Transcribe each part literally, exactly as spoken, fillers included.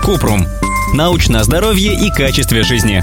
Купрум. Научное здоровье и качестве жизни.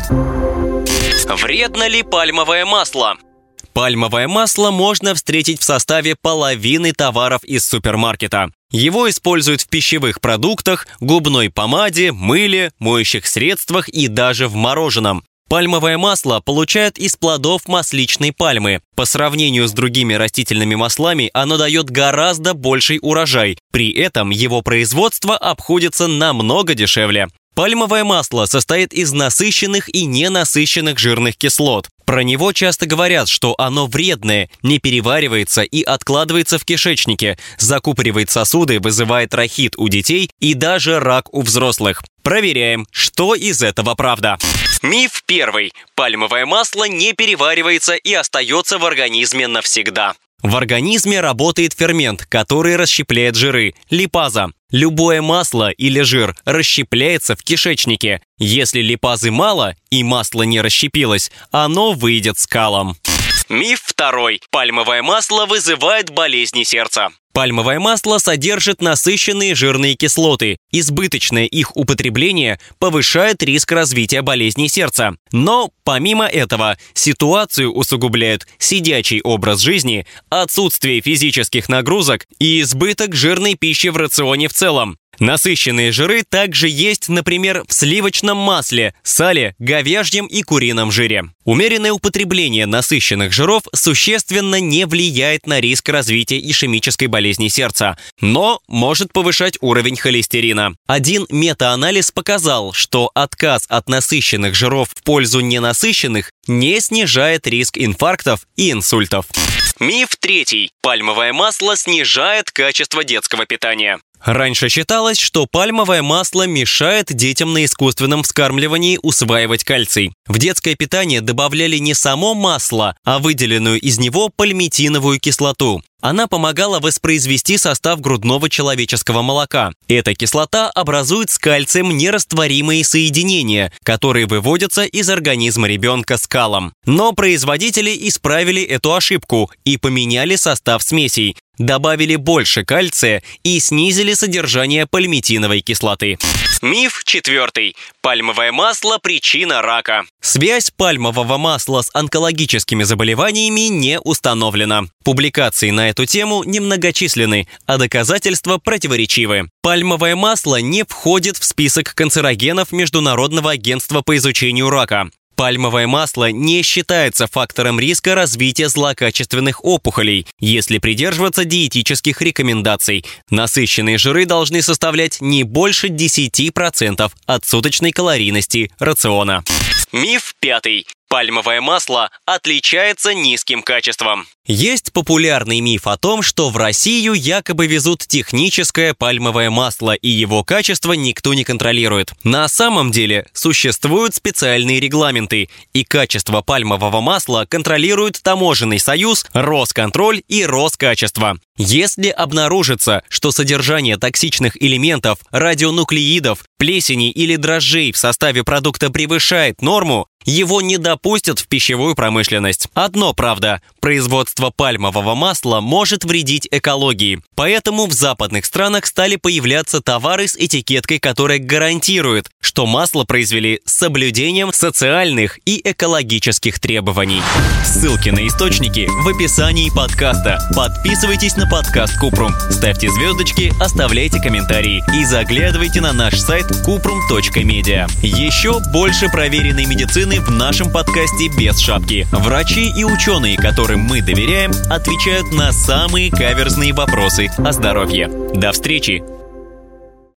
Вредно ли пальмовое масло? Пальмовое масло можно встретить в составе половины товаров из супермаркета. Его используют в пищевых продуктах, губной помаде, мыле, моющих средствах и даже в мороженом. Пальмовое масло получают из плодов масличной пальмы. По сравнению с другими растительными маслами оно дает гораздо больший урожай. При этом его производство обходится намного дешевле. Пальмовое масло состоит из насыщенных и ненасыщенных жирных кислот. Про него часто говорят, что оно вредное, не переваривается и откладывается в кишечнике, закупоривает сосуды, вызывает рахит у детей и даже рак у взрослых. Проверяем, что из этого правда. Миф первый. Пальмовое масло не переваривается и остается в организме навсегда. В организме работает фермент, который расщепляет жиры – липаза. Любое масло или жир расщепляется в кишечнике. Если липазы мало и масло не расщепилось, оно выйдет скалом. Миф второй. Пальмовое масло вызывает болезни сердца. Пальмовое масло содержит насыщенные жирные кислоты. Избыточное их употребление повышает риск развития болезней сердца. Но, помимо этого, ситуацию усугубляют сидячий образ жизни, отсутствие физических нагрузок и избыток жирной пищи в рационе в целом. Насыщенные жиры также есть, например, в сливочном масле, сале, говяжьем и курином жире. Умеренное употребление насыщенных жиров существенно не влияет на риск развития ишемической болезни сердца, но может повышать уровень холестерина. Один метаанализ показал, что отказ от насыщенных жиров в пользу ненасыщенных не снижает риск инфарктов и инсультов. Миф третий. Пальмовое масло снижает качество детского питания. Раньше считалось, что пальмовое масло мешает детям на искусственном вскармливании усваивать кальций. В детское питание добавляли не само масло, а выделенную из него пальмитиновую кислоту. Она помогала воспроизвести состав грудного человеческого молока. Эта кислота образует с кальцием нерастворимые соединения, которые выводятся из организма ребенка с калом. Но производители исправили эту ошибку и поменяли состав смесей, добавили больше кальция и снизили содержание пальмитиновой кислоты. Миф четвертый. Пальмовое масло – причина рака. Связь пальмового масла с онкологическими заболеваниями не установлена. Публикации на эту тему немногочисленны, а доказательства противоречивы. Пальмовое масло не входит в список канцерогенов Международного агентства по изучению рака. Пальмовое масло не считается фактором риска развития злокачественных опухолей, если придерживаться диетических рекомендаций. Насыщенные жиры должны составлять не больше десяти процентов от суточной калорийности рациона. Миф пятый. Пальмовое масло отличается низким качеством. Есть популярный миф о том, что в Россию якобы везут техническое пальмовое масло, и его качество никто не контролирует. На самом деле существуют специальные регламенты, и качество пальмового масла контролируют Таможенный союз, Росконтроль и Роскачество. Если обнаружится, что содержание токсичных элементов, радионуклеидов, плесени или дрожжей в составе продукта превышает норму, его не допустят в пищевую промышленность. Одно правда, производство пальмового масла может вредить экологии. Поэтому в западных странах стали появляться товары с этикеткой, которая гарантирует, что масло произвели с соблюдением социальных и экологических требований. Ссылки на источники в описании подкаста. Подписывайтесь на подкаст Купрум, ставьте звездочки, оставляйте комментарии и заглядывайте на наш сайт купрум точка медиа. Еще больше проверенной медицины в нашем подкасте без шапки. Врачи и ученые, которым мы доверяем, отвечают на самые каверзные вопросы о здоровье. До встречи!